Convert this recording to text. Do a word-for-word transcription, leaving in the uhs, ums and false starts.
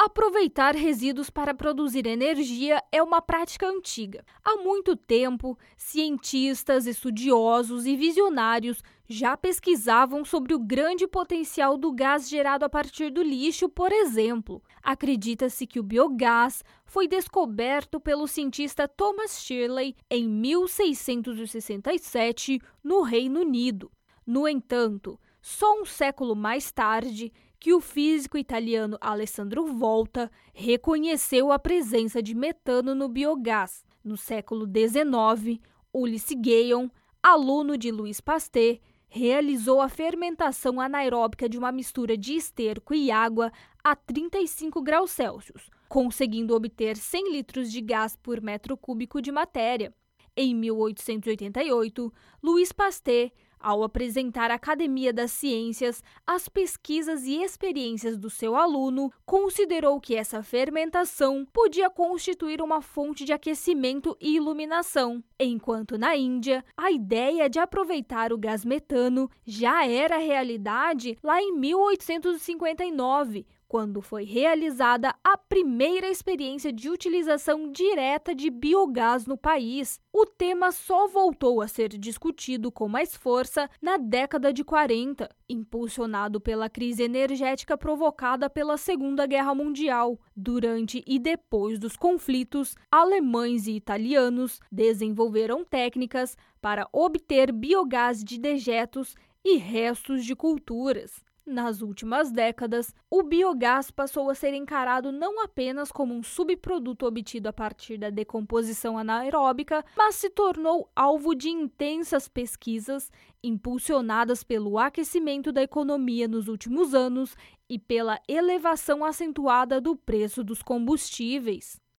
Aproveitar resíduos para produzir energia é uma prática antiga. Há muito tempo, cientistas, estudiosos e visionários já pesquisavam sobre o grande potencial do gás gerado a partir do lixo, por exemplo. Acredita-se que o biogás foi descoberto pelo cientista Thomas Shirley em mil seiscentos e sessenta e sete, no Reino Unido. No entanto, só um século mais tarde, que o físico italiano Alessandro Volta reconheceu a presença de metano no biogás. No século dezenove, Ulysse Guyon, aluno de Louis Pasteur, realizou a fermentação anaeróbica de uma mistura de esterco e água a trinta e cinco graus Celsius, conseguindo obter cem litros de gás por metro cúbico de matéria. Em mil oitocentos e oitenta e oito, Louis Pasteur, ao apresentar à Academia das Ciências as pesquisas e experiências do seu aluno, considerou que essa fermentação podia constituir uma fonte de aquecimento e iluminação, enquanto na Índia, a ideia de aproveitar o gás metano já era realidade lá em mil oitocentos e cinquenta e nove, quando foi realizada a primeira experiência de utilização direta de biogás no país. O tema só voltou a ser discutido com mais força na década de quarenta, impulsionado pela crise energética provocada pela Segunda Guerra Mundial. Durante e depois dos conflitos, alemães e italianos desenvolveram técnicas para obter biogás de dejetos e restos de culturas. Nas últimas décadas, o biogás passou a ser encarado não apenas como um subproduto obtido a partir da decomposição anaeróbica, mas se tornou alvo de intensas pesquisas impulsionadas pelo aquecimento da economia nos últimos anos e pela elevação acentuada do preço dos combustíveis.